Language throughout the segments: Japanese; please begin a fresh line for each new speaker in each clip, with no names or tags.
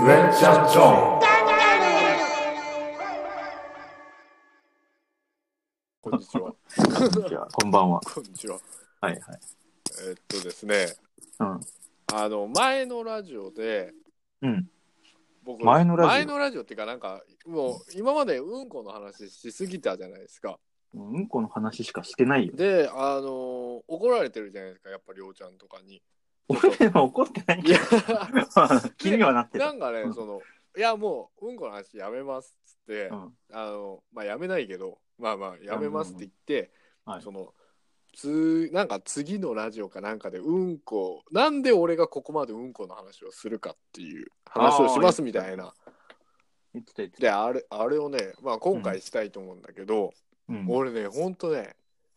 レンチャンゾーン。
こんにちは。
じゃあこんばんは。
こんにちは。
はいはい。
ですね、
うん。
前のラジオで、
うん。
僕
前のラジオ
っていうかなんかもう今までうんこの話しすぎたじゃないですか。
うんこの話しかしてないよ。
で、怒られてるじゃないですか、やっぱりょうちゃんとかに。
俺は怒ってない
いや
気にはなってた。
なんかね、いやもううんこの話やめますっつって、
うん、
まあやめないけど、まあやめますって言って、
はい、
なんか次のラジオかなんかでうんこなんで俺がここまでうんこの話をするかっていう話をしますみたいな。
言ってた。
であれをね、まあ今回したいと思うんだけど、俺ねほんとね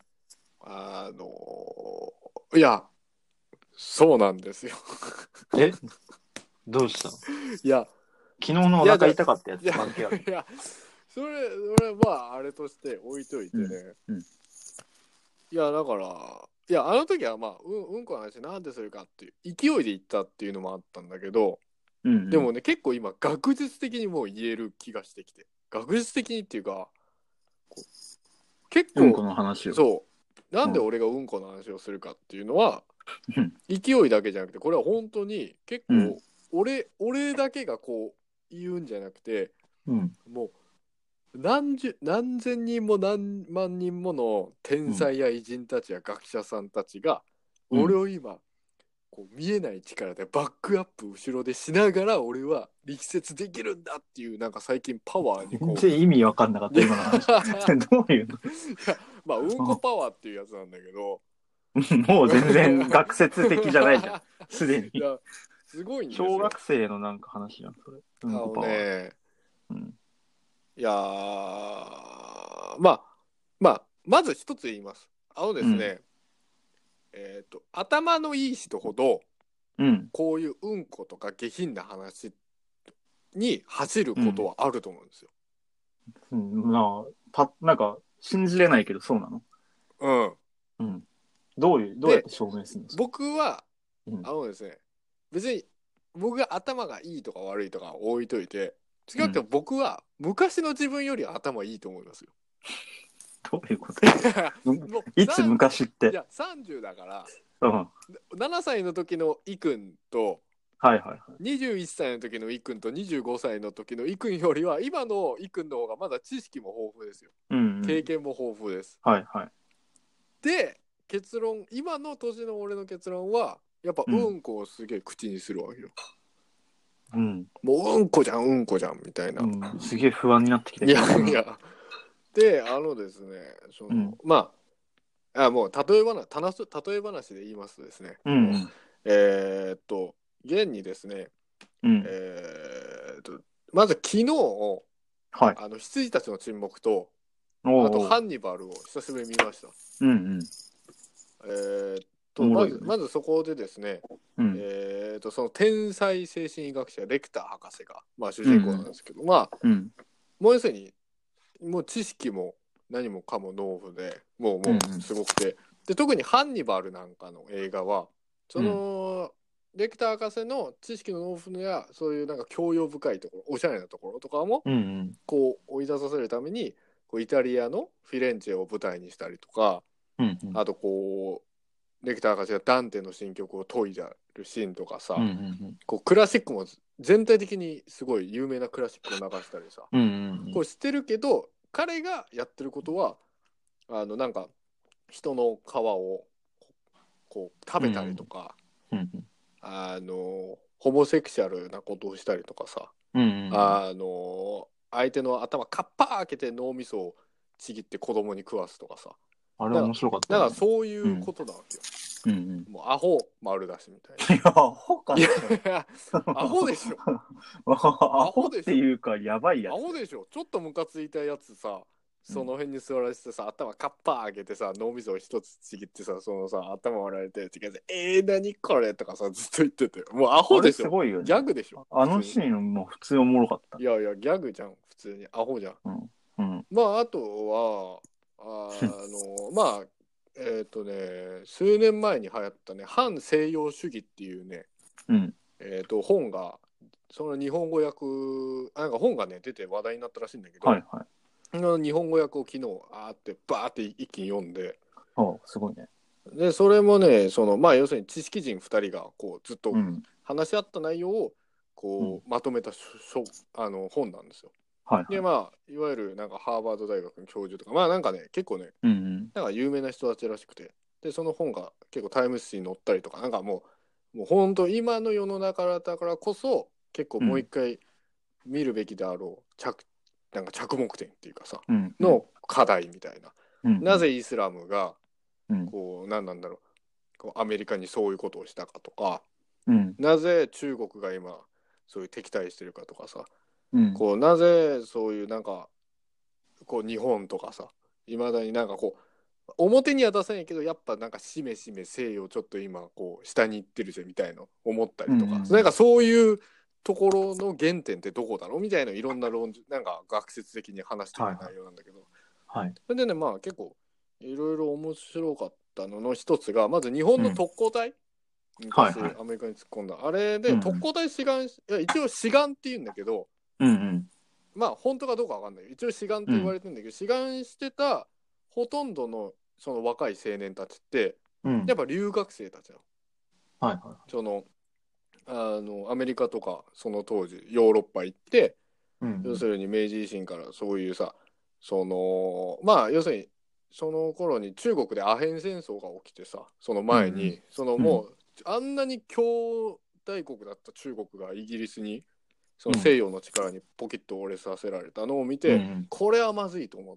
いやそうなんですよ。
え、どうしたの？
いや
昨日のお腹痛かったやつ関係ある？
いやそれまああれとして置いといてね、いやだからいやあの時はまあうんこの話なんでするかっていう勢いで言ったっていうのもあったんだけど、でもね結構今学術的にもう言える気がしてきて、学術的にっていうか結構
うんこの話を
そうなんで俺がうんこの話をするかっていうのは、勢いだけじゃなくてこれは本当に結構俺だけがこう言うんじゃなくて、もう何千人も何万人もの天才や偉人たちや学者さんたちが、俺を今こう見えない力でバックアップ後ろでしながら俺は力説できるんだっていうなんか最近パワーにこう
全然意味わかんなかった今の話どういうの？
まあうんこパワーっていうやつなんだけど
もう全然学説的じゃないじゃんすでに。
いやすごいんですよ。
小学生のなんか話じゃんそれ。うんこパワー。
いやまず一つ言います。ですね、頭のいい人ほど、こういううんことか下品な話に走ることはあると思うんですよ。
なんか信じれないけどそうなの？どうやって証明するんですか？
僕は、ですね、別に僕が頭がいいとか悪いとか置いといて、違って僕は昔の自分より頭いいと思いますよ。
どういうこといつ昔って。
いや30だから、7歳の時のイくんと、21歳の時のイくんと25歳の時のイくんよりは今のイくんの方がまだ知識も豊富ですよ。経験も豊富です。で結論、今の年の俺の結論はやっぱうんこをすげえ口にするわけよ。もううんこじゃんみたいな、
すげえ不安になってきて。
いやでですね、まあもう例え話で言いますとですね、現にですね、まず昨日、羊たちの沈黙と、あとハンニバルを久しぶりに見ました。まずそこでですね、その天才精神医学者レクター博士が、まあ、主人公なんですけど、もう要するにもう知識も何もかも農夫でもうすごくて、で特にハンニバルなんかの映画はその、レクター博士の知識の農夫やそういうなんか教養深いところ、おしゃれなところとかもこう追い出させるためにこうイタリアのフィレンツェを舞台にしたりとか、あとこうレクター博士がダンテの新曲を研いでるシーンとかさ、こうクラシックも全体的にすごい有名なクラシックを流したりさ、こうしてるけど彼がやってることはなんか人の皮をこう食べたりとか、ホモセクシャルなことをしたりとかさ、相手の頭カッパー開けて脳みそをちぎって子供に食わすとかさ、
あれ面白かった、
だからそういうことなわけよ。もうアホ丸出しみたいな。
いやアホか
いやアホでしょ。
アホっていうかやばいやつ。
アホでしょ。ちょっとムカついたやつさ、その辺に座らせてさ、頭カッパー開けてさ、脳みそを一つちぎってさ、そのさ頭割られて何これとかさずっと言ってて、もうアホでしょ。
すごいよね。
ギャグでしょ。
あのシーンも普通おもろかった。
いやギャグじゃん、普通にアホじゃん。まああとはまあ数年前に流行ったね反西洋主義っていうね、本がその日本語訳なんか本がね出て話題になったらしいんだけど、
はいはい。
日本語訳を昨日バーって一気に読んで、
すごいね。
でそれもねまあ要するに知識人2人がこうずっと話し合った内容をこう、まとめた本なんですよ。はいはい、でまあいわゆるなんかハーバード大学の教授とかまあなんかね結構ね、なんか有名な人たちらしくて、でその本が結構タイム誌に載ったりとか、なんかもう本当今の世の中だからこそ結構もう一回見るべきであろうなんか着目点っていうかさ、の課題みたいな、なぜイスラムがこう何なんだろう、こうアメリカにそういうことをしたかとか、なぜ中国が今そういう敵対してるかとかさ、こうなぜそういうなんかこう日本とかさいまだになんかこう表には出せないけどやっぱなんかしめしめ西洋ちょっと今こう下に行ってるぜみたいな思ったりとか、なんかそういうところの原点ってどこだろうみたいないろんななんか学説的に話してる内容なんだけど、はい、それでねまあ結構いろいろ面白かったのの一つがまず日本の特攻隊、昔アメリカに突っ込んだ、あれで特攻隊志願、いや一応志願って言うんだけど、まあ本当かどうかわかんない、一応志願って言われてるんだけど、志願してたほとんどのその若い青年たちって、やっぱ留学生たちだ、そのアメリカとかその当時ヨーロッパ行って、要するに明治維新からそういうさまあ要するにその頃に中国でアヘン戦争が起きてさ、その前に、もうあんなに強大国だった中国がイギリスにその西洋の力にポキッと折れさせられたのを見て、これはまずいと思って、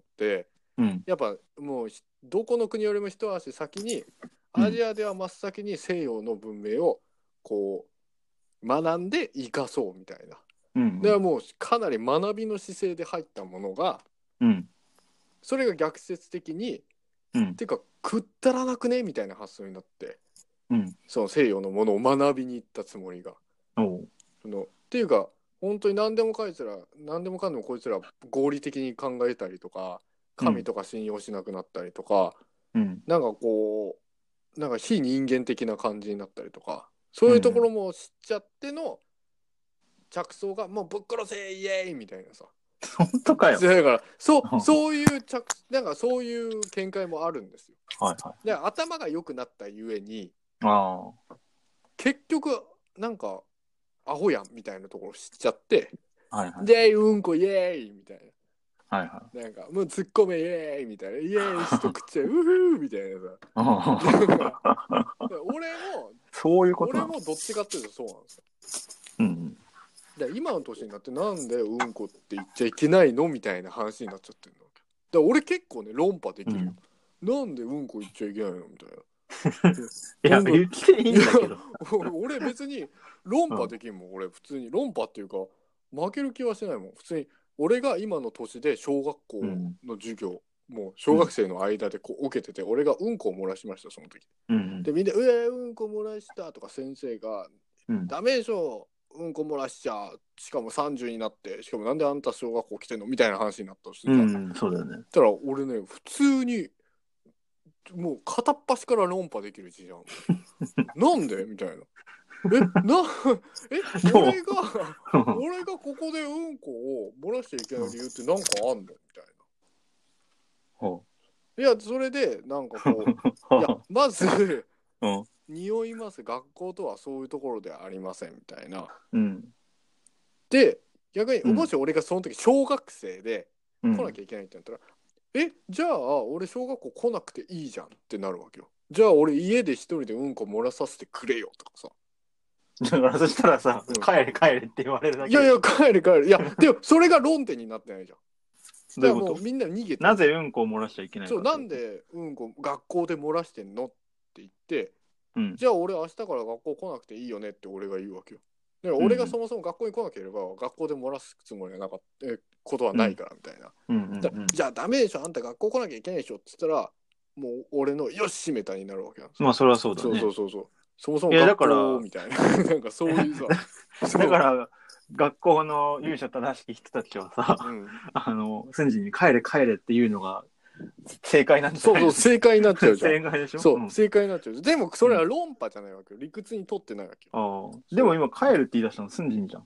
やっぱもうどこの国よりも一足先にアジアでは真っ先に西洋の文明をこう学んで生かそうみたいな、ではもうかなり学びの姿勢で入ったものが、それが逆説的に、っていうかくったらなくねみたいな発想になって、その西洋のものを学びに行ったつもりが、っていうか本当に何でもかんでもこいつら合理的に考えたりとか神とか信用しなくなったりとか、なんかこうなんか非人間的な感じになったりとか、そういうところも知っちゃっての着想がもうぶっ殺せイエーイみたいなさ、
本当かよ。
だからそういうなんかそういう見解もあるんですよ。で頭が良くなったゆえに結局なんかアホやんみたいなところ知っちゃって、でうんこイエーイみたいな、なんかもう突っ込めイエーイみたいな、イエーイ一口でウフーみたいなさ俺も
そういうこと
俺もどっちかっていうとそうなんですよ。で今の年になってなんでうんこって言っちゃいけないのみたいな話になっちゃってるの。だ俺結構ね論破できるよ、なんでうんこ言っちゃいけないのみたいな。
いや言っていいんだけど
俺別に論破できんもん、俺普通に論破っていうか負ける気はしないもん。普通に俺が今の年で小学校の授業、もう小学生の間でこう受けてて、俺がうんこを漏らしましたその時、でみんなうんこ漏らしたとか先生が、ダメでしょうんこ漏らしちゃしかも30になってしかもなんであんた小学校来てんのみたいな話になったとしてさ、
そうだよね。
たら俺ね普通にもう片っ端から論破できるじゃんなんでみたいな俺がここでうんこを漏らしちゃいけない理由ってなんかあんのみたいな。いやそれでなんかこういやまず匂います学校とはそういうところではありませんみたいな。で逆にもし俺がその時小学生で来なきゃいけないってなったら、じゃあ俺小学校来なくていいじゃんってなるわけよ。じゃあ俺家で一人でうんこ漏らさせてくれよとかさ。
だからそしたらさ、帰れって言われるだけ。
いや帰れいやでもそれが論点になってないじゃん。だからもうみんな逃げて、
なぜうんこを漏らしちゃいけないか。
そうなんでうんこ学校で漏らしてんのって言って、じゃあ俺明日から学校来なくていいよねって俺が言うわけよ。だから俺がそもそも学校に来なければ学校で漏らすつもりはなかったことはないからみたいな。じゃあダメでしょあんた学校来なきゃいけないでしょって言ったらもう俺のよし閉めたになるわけなんですよ。
まあそれはそうだね。
そうそもそも学校みたいななんかそういうさ
だから学校の勇者正しき人たちはさ、瞬時に帰れっていうのが正解なんじゃない？
そう正解になっちゃうじゃん。
正解でしょ？
そう、正解になっちゃう。でもそれは論破じゃないわけよ。理屈にとってないわけよ。
でも今帰るって言い出したの瞬時にじゃん。い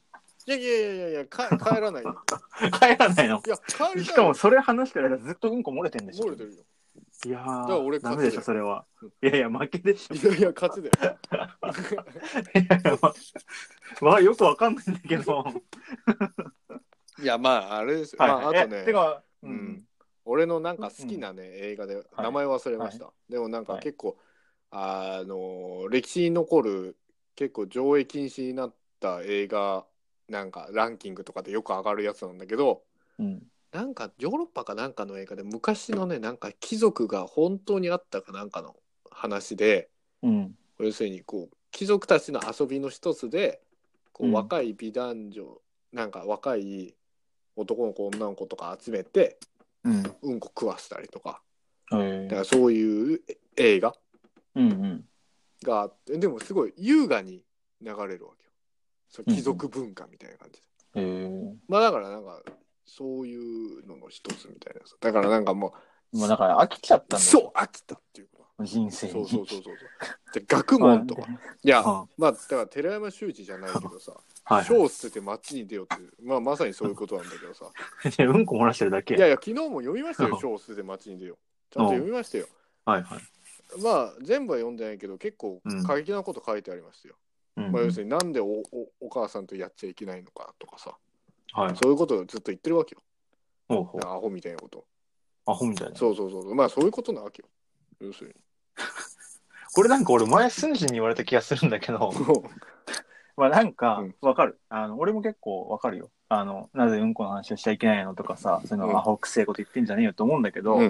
いやいやいやいやいや、帰らないよ。
帰らないの？
いや、帰りたいよ。
しかもそれ話してる間ずっとうんこ漏れてんでしょ。
漏れてるよ。
いやー、
だから俺
ダメでしょ、それは。いやいや、負けでしょ。
いやいや、勝ちだよ。
いやいや、まあ、よくわかんないんだけど。
いや、まあ、あれですよ。
はい、
まあ、あとね、
てか、
俺のなんか好きなね、映画で、名前忘れました。でもなんか結構、歴史に残る、結構上映禁止になった映画、なんかランキングとかでよく上がるやつなんだけど、なんかヨーロッパかなんかの映画で昔のね、なんか貴族が本当にあったかなんかの話で、要するにこう貴族たちの遊びの一つでこう若い美男女、なんか若い男の子女の子とか集めて、うんこ食わせたりとか、だからそういう映画があって、でもすごい優雅に流れるわけよ。そう貴族文化みたいな感じで、まあだからなんかそういうのの一つみたいな。だからなんかもう
だから飽きちゃったんだ。
そう飽きたっていうか
人生に。
そうで学問とかいや、まあだから寺山修司じゃないけどさ、書を捨てて街に出ようって、まあまさにそういうことなんだけどさ。
うんこ漏らしてるだけ。
いやいや、昨日も読みましたよ。書を捨てて街に出よう。ちゃんと読みましたよ。まあ全部は読んでないけど結構過激なこと書いてありましたよ。まあ要するになんでお母さんとやっちゃいけないのかとかさ、そういうことをずっと言ってるわけよ。アホみたいなこと。アホみたいな。そうまあそういうことなわけよ。要するに。
これなんか俺前スンジに言われた気がするんだけどまあなんかわかる、俺も結構わかるよ。なぜうんこの話をしちゃいけないのとかさ、そういうのアホくせえこと言ってんじゃねえよと思うんだけど、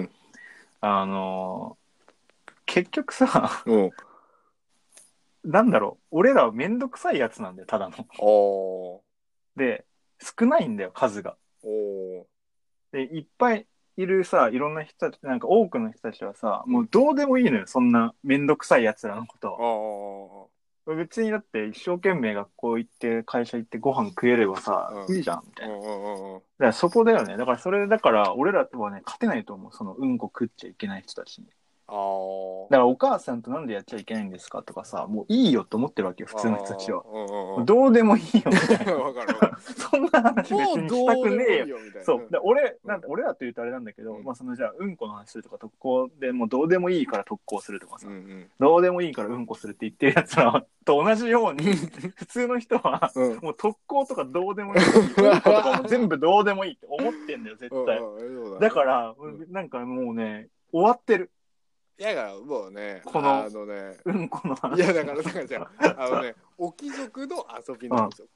結局さ、なんだろう、俺らはめんどくさいやつなんだよ、ただの。で、少ないんだよ、数が。で、いっぱいいるさ、いろんな人たち、なんか多くの人たちはさ、もうどうでもいいのよ、そんなめんどくさいやつらのこと。別にだって一生懸命学校行って会社行ってご飯食えればさ、いいじゃんみたいな。だからそこだよね。だから俺らはね、勝てないと思う。そのうんこ食っちゃいけない人たちに。だからお母さんとなんでやっちゃいけないんですかとかさ、もういいよと思ってるわけよ、普通の人たちは。どうでもいいよみたいな。そんな話別にしたくねえよ。そう。俺らと言うとあれなんだけど、まあそのじゃあうんこの話するとか特攻でもうどうでもいいから特攻するとかさ、どうでもいいからうんこするって言ってるやつらと同じように、普通の人はもう特攻とかどうでもいい。うんことかも全部どうでもいいって思ってんだよ、絶対。だから、なんかもうね、終わってる。いやだからもうね、このうんこの話。いやだからじゃお貴族の遊びなんですよ。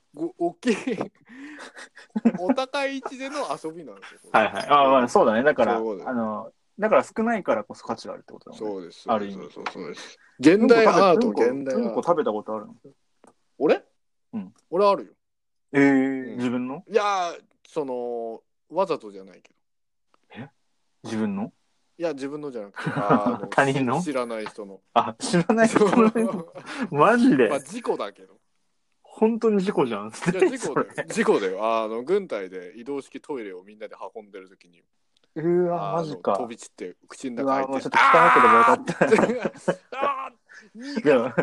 お高い位置での遊びなんですよ。まあそうだね。だから少ないからこそ価値があるってことだもんね。そうです。ある意味。そうです。現代アート、現代アート。うんこ食べたことあるの？俺あるよ。自分の？いやわざとじゃないけど。自分の？いや自分のじゃなくて他人の？知らない人の。知らない人の。マジで？まあ事故だけど。本当に事故じゃん。いや事故だよ。軍隊で移動式トイレをみんなで運んでる時に。マジか。飛び散って口の中入って。もうちょっと汚くでもよかった。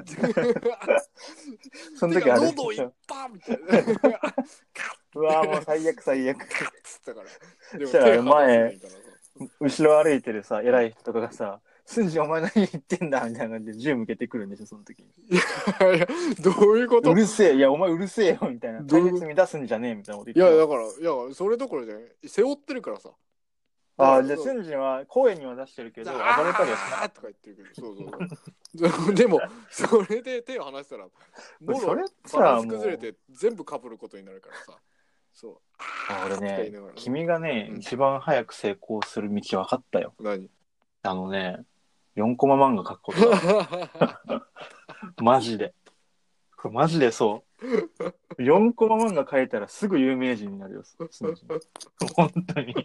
その時あれ。喉いったみたいな。もう最悪。つったから。でも前後ろ歩いてるさ偉い人とかがさ。スンジお前何言ってんだみたいな感じで銃向けてくるんでしょその時に。いやどういうこと？うるせえ、いやお前うるせえよみたいな。対立乱すんじゃねえみたいなこと言って。いやだからそれどころじゃない。背負ってるからさ。じゃあスンジは声には出してるけど暴れたりはしないとか言ってるけど、そうでもそれで手を離したらもろバランス崩れて全部かぶることになるからさ。そう俺ね、君がね、一番早く成功する道分かったよ。何？4コマ漫画描くことだ。マジで。これマジでそう。4コマ漫画描いたらすぐ有名人になるよ。本当に。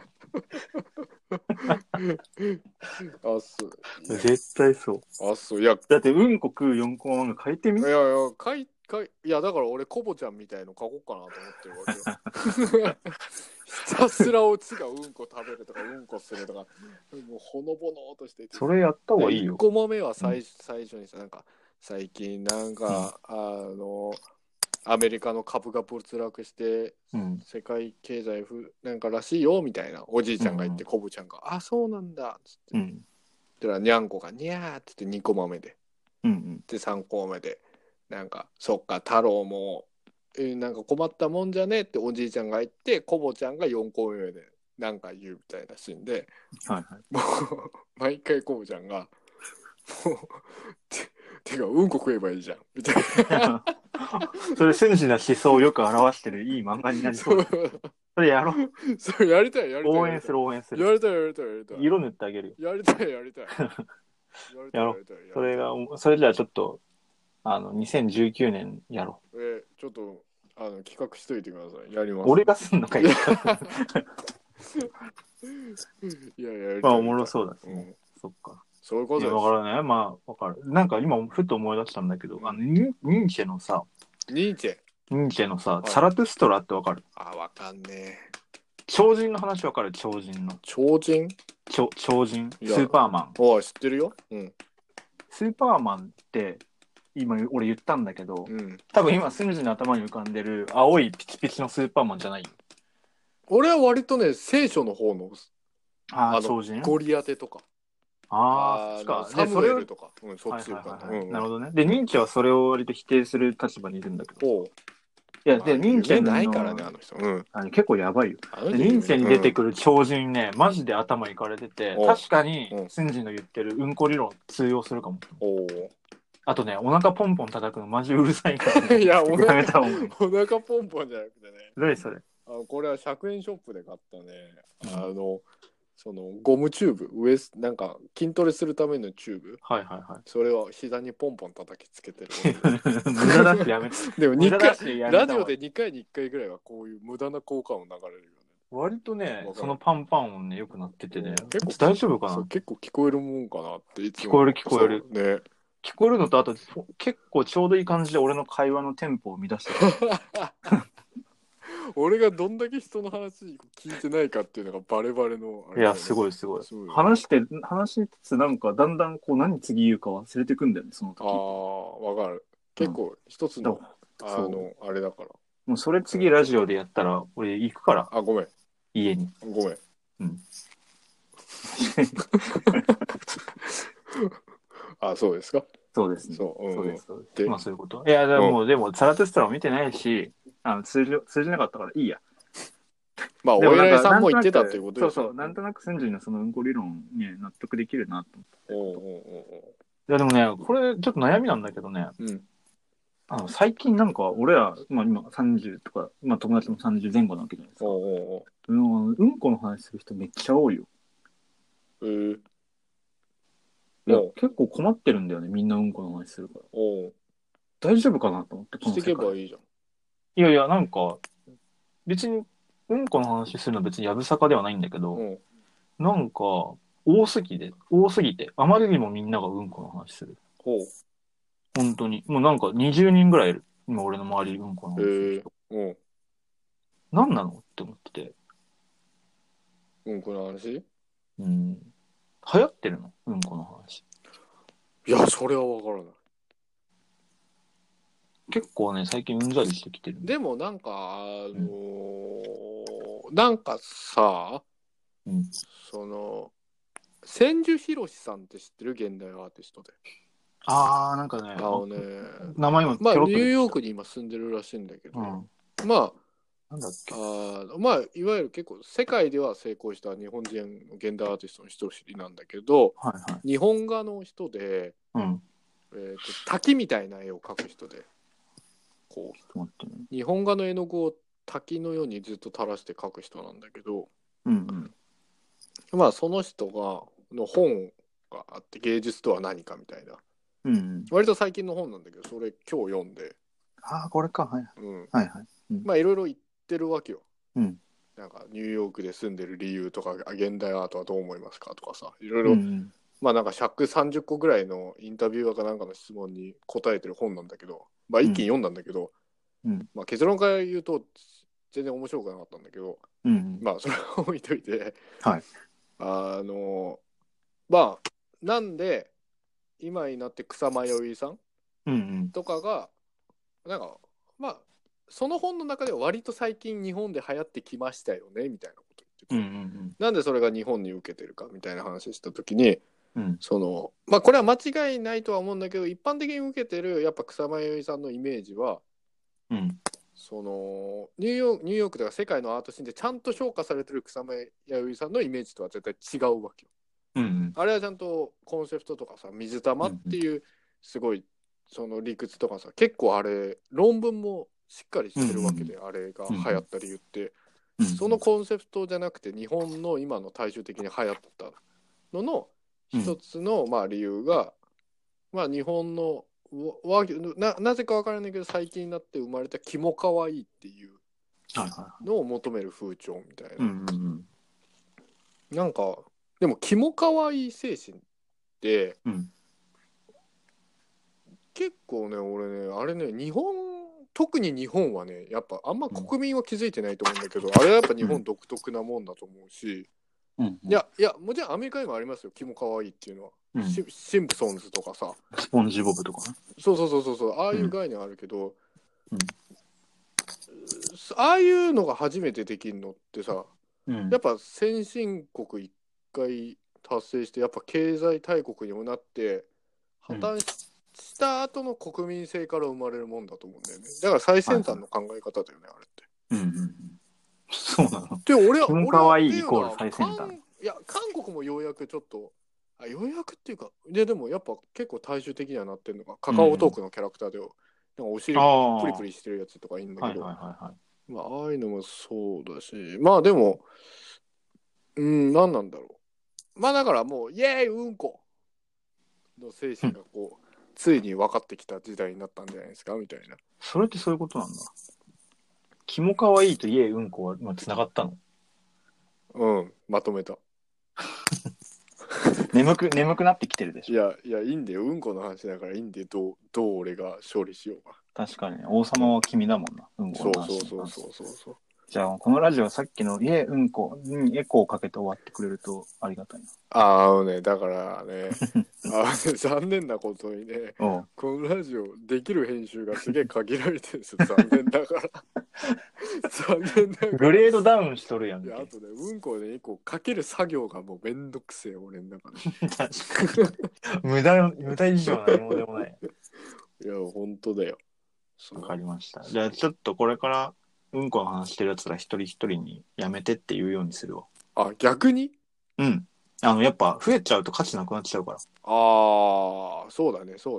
そう。絶対そう。そう。いや、だってうんこ食う4コマ漫画描いてみ？いやだから俺コボちゃんみたいの描こうかなと思ってるわけよ。ひたすらオチがうんこ食べるとかうんこするとかもうほのぼのとしていて、それやった方がいいよ。1コマ目は最初にさなんか最近なんか、
アメリカの株が没落して、世界経済なんからしいよみたいなおじいちゃんが言って、コブちゃんがあそうなんだっつって、だからにゃんこがにゃーって言って2個豆で、で3個目でなんかそっか太郎もなんか困ったもんじゃねっておじいちゃんが言って、コボちゃんが4個目でなんか言うみたいなシーンで、もう毎回コボちゃんがもうてかうんこ食えばいいじゃんみたいな
それ瞬時な思想をよく表してるいい漫画になりそうだ。それやろう。
それやりたい
応援する。
やりたい
色塗ってあげる
よ。やりたい
やろう。それじゃあちょっと2019年やろ
う。ちょっと企画しといてください。やります。
俺がすんのかい。い
や
まあおもろそうだしね。そっか。
そういうことです。
わからない。まあわかる。なんか今ふと思い出したんだけど、ニーチェのさ、
ニーチェ
のさ、サラトゥストラってわかる？
わかんねえ。
超人の話わかる？超人の。
超人？
超人。スーパーマン。
知ってるよ。
スーパーマンって今俺言ったんだけど、多分今スムジの頭に浮かんでる青いピチピチのスーパーマンじゃないよ。
俺は割とね、聖書の方の
超人？
ゴリアテとか。サムエルとか。そっちか。
なるほどね。で、ニンチェはそれを割と否定する立場にいるんだけど。いや、で、ニンチェ
ないからね、あの人。
結構やばいよ。ニンチェに出てくる超人ね、マジで頭いかれてて、確かに、スンジの言ってるうんこ理論通用するかも。あとね、お腹ポンポン叩くのマジうるさいから、ね。
いや、お腹ポンポンじゃなくてね。
何それ？
これは100円ショップで買ったね。そのゴムチューブ、なんか筋トレするためのチューブ。それを膝にポンポン叩きつけてる。
無駄だしやめて。
でもラジオで2回に1回ぐらいはこういう無駄な効果音流れるよね。
割とね、そのパンパン音ね、よくなっててね。結構大丈夫かな？
結構聞こえるもんかなっていつ
も。聞こえる。
ね。
聞こえるのと、あと結構ちょうどいい感じで俺の会話のテンポを乱してる。
俺がどんだけ人の話聞いてないかっていうのがバレバレの
あれ、ね。いや、すごい。話しつつなんかだんだんこう何次言うか忘れてくんだよね、その時。
わかる。結構一つの、あれだから。
もうそれ次ラジオでやったら俺行くから。
ごめん。
家に。
ごめん。そうですか。
そうですね。そうです。まあそういうこと。いや、でも、サラトゥストラを見てないし、通じなかったからいいや。
まあ、お偉いさんも言ってたっていうことです
よ。そう、なんとなくスンジのそのうんこ理論に納得できるなと思って。いや、でもね、これちょっと悩みなんだけどね。最近なんか俺ら、まあ今30とか、まあ友達も30前後なわけじゃないですか。うんこの話する人めっちゃ多いよ。いや、結構困ってるんだよね、みんなうんこの話するから。大丈夫かなと思って、
していけばいいじゃん。
いや、なんか、別に、うんこの話するのは別にやぶさかではないんだけど、なんか、多すぎて、あまりにもみんながうんこの話する。本当に。もうなんか20人ぐらいいる。今俺の周りうんこの話する人。何なのって思ってて。
うんこの話？
流行ってるの？うんこの話。
いや、それは分からない。
結構ね、最近うんざりしてきてる。
でもなんか、なんかさ、その、千住博さんって知ってる？現代アーティストで。
なんかね、名前も
まあ、ニューヨークに今住んでるらしいんだけど、まあ、
なんだっけ、
まあいわゆる結構世界では成功した日本人の現代アーティストの一人なんだけど、日本画の人で、滝みたいな絵を描く人で、こう日本画の絵の具を滝のようにずっと垂らして描く人なんだけど、まあその人の本があって、芸術とは何かみたいな、割と最近の本なんだけど、それ今日読んで、
これか、
まあいろいろ言ってるわけよ。なんかニューヨークで住んでる理由とか、現代アートはどう思いますかとかさ、いろいろ、まあなんか130個ぐらいのインタビューかなんかの質問に答えてる本なんだけど、まあ一気に読んだんだけど、まあ結論から言うと全然面白くなかったんだけど、まあそれは置いといて、まあなんで今になって草間彌生さんとかがなんかまあその本の中では割と最近日本で流行ってきましたよねみたいなこと言ってて、
うんうんうん、
なんでそれが日本に受けてるかみたいな話した時に、
うん、
まあこれは間違いないとは思うんだけど、一般的に受けてるやっぱ草間彌生さんのイメージは、
うん、
ニューヨークでは世界のアートシーンでちゃんと評価されてる草間彌生さんのイメージとは絶対違うわけよ。
うんうん、
あれはちゃんとコンセプトとかさ、水玉っていうすごいその理屈とかさ、結構あれ論文もしっかりしてるわけで、あれが流行った理由って、そのコンセプトじゃなくて日本の今の大衆的に流行ったのの一つのまあ理由が、まあ日本のなぜかわからないけど最近になって生まれたキモかわいいっていうのを求める風潮みたいな、なんかでもキモかわいい精神って、結構ね俺ねあれね特に日本はねやっぱあんま国民は気づいてないと思うんだけど、あれはやっぱ日本独特なもんだと思うし、いやもちろんアメリカにもありますよキモかわいいっていうのは、シンプソンズとかさ、
スポンジボブとかね、
そうああいう概念あるけど、ああいうのが初めてできるのってさ、やっぱ先進国一回達成してやっぱ経済大国にもなって破綻した後の国民性から生まれるもんだと思うんだよね。だから最先端の考え方だよね、あれって。
そうなの。
で俺は
かわいいイコール最先端。
いや韓国もようやくちょっとようやくっていうかでもやっぱ結構大衆的にはなってるのがカカオトークのキャラクターで、なんかお尻プリプリしてるやつとかいいんだけど、まあああいうのもそうだし、まあでも何なんだろう、まあだからもうイエーイうんこの精神がこう、ついに分かってきた時代になったんじゃないですかみたいな。
それってそういうことなんだ。キモかわいいとイエーイうんこは今つながったの？
まとめた。
眠くなってきてるでし
ょ。いやいいんだよ、うんこの話だからいいんで、どう俺が勝利しようか。
確かに王様は君だもんな、うんこの話。そうじゃあこのラジオさっきのうんこにエコーをかけて終わってくれるとありがたいな。
だからね残念なことにね、このラジオできる編集がすげえ限られてるんですよ。残念だから残念だから
グレードダウンしとるやんけ。
あとねうんこで1個かける作業がもうめんどくせえ俺の中で
確かに無駄以上何もでもない。
いや本当だよ。
わかりました。じゃあちょっとこれからうんこの話してるやつら一人一人にやめてって言うようにするわ。
逆に？
やっぱ増えちゃうと価値なくなっちゃうから。
そうだね。
そう、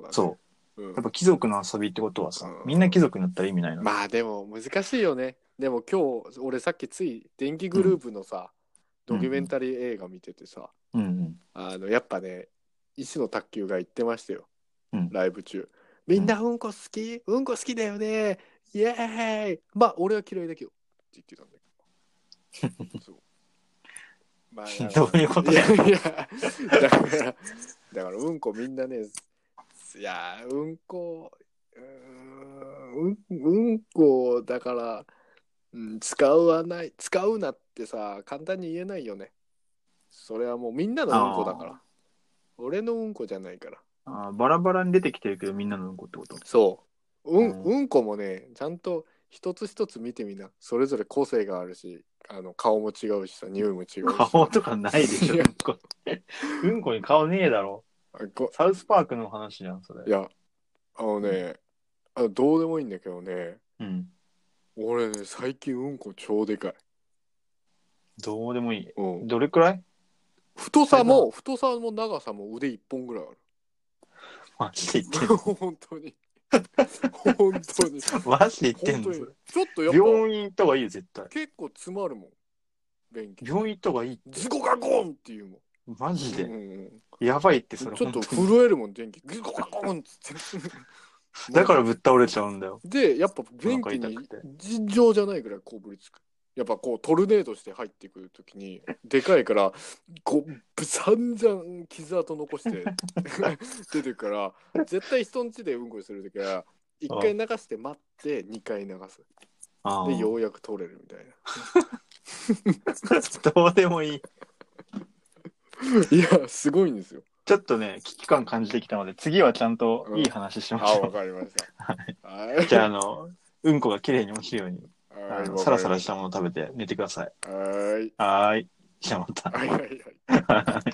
やっぱ貴族の遊びってことはさ、みんな貴族になったら意味ないの。
まあでも難しいよね。でも今日俺さっきつい電気グループのさ、ドキュメンタリー映画見ててさ、やっぱね石野卓球が言ってましたよ、ライブ中。みんなうんこ好き、うんこ好きだよね、イエーイ、まあ俺は嫌いだけどって言ってたんだけどそう、まあ、
どういうことだよ。
だからうんこみんなね、いやうんこだから、使うなってさ簡単に言えないよね。それはもうみんなのうんこだから、俺のうんこじゃないから。
バラバラに出てきてるけどみんなのうんこってこと？
うんこもねちゃんと一つ一つ見てみな。それぞれ個性があるし、顔も違うしさ、匂いも違うし。
顔とかないでしょうんこに顔ねえだろ。サウスパークの話じゃんそれ。
いやどうでもいいんだけどね、俺ね最近うんこ超でかい。
どうでもいい、どれくらい？
太さも長さも腕1本ぐらいある。
マジで言ってんの？
本当に本当に
マジで言ってんの？ちょっとやっぱ病院行った方がいいよ絶対。
結構詰まるもん便器。
病院行った方がいいって。
ズコガコンっていうもん。
マジで、やばいってそれ。
ちょっと震えるもん電気。ズコガコンっつって
だからぶっ倒れちゃうんだよ。
でやっぱ便器に尋常じゃないぐらいこぶりつく。やっぱこうトルネードして入ってくるときにでかいからこう散々傷跡残して出てくから絶対人ん家でうんこするときは1回流して待って2回流す。でようやく取れるみたい
な。どうでもいい。
いやすごいんですよ。
ちょっとね危機感感じてきたので次はちゃんといい話しましょう。
わかりました。
じゃあうんこがきれいに落ちるように、サラサラしたものを食べて寝てください。はい。じゃあまた。はいはいはい。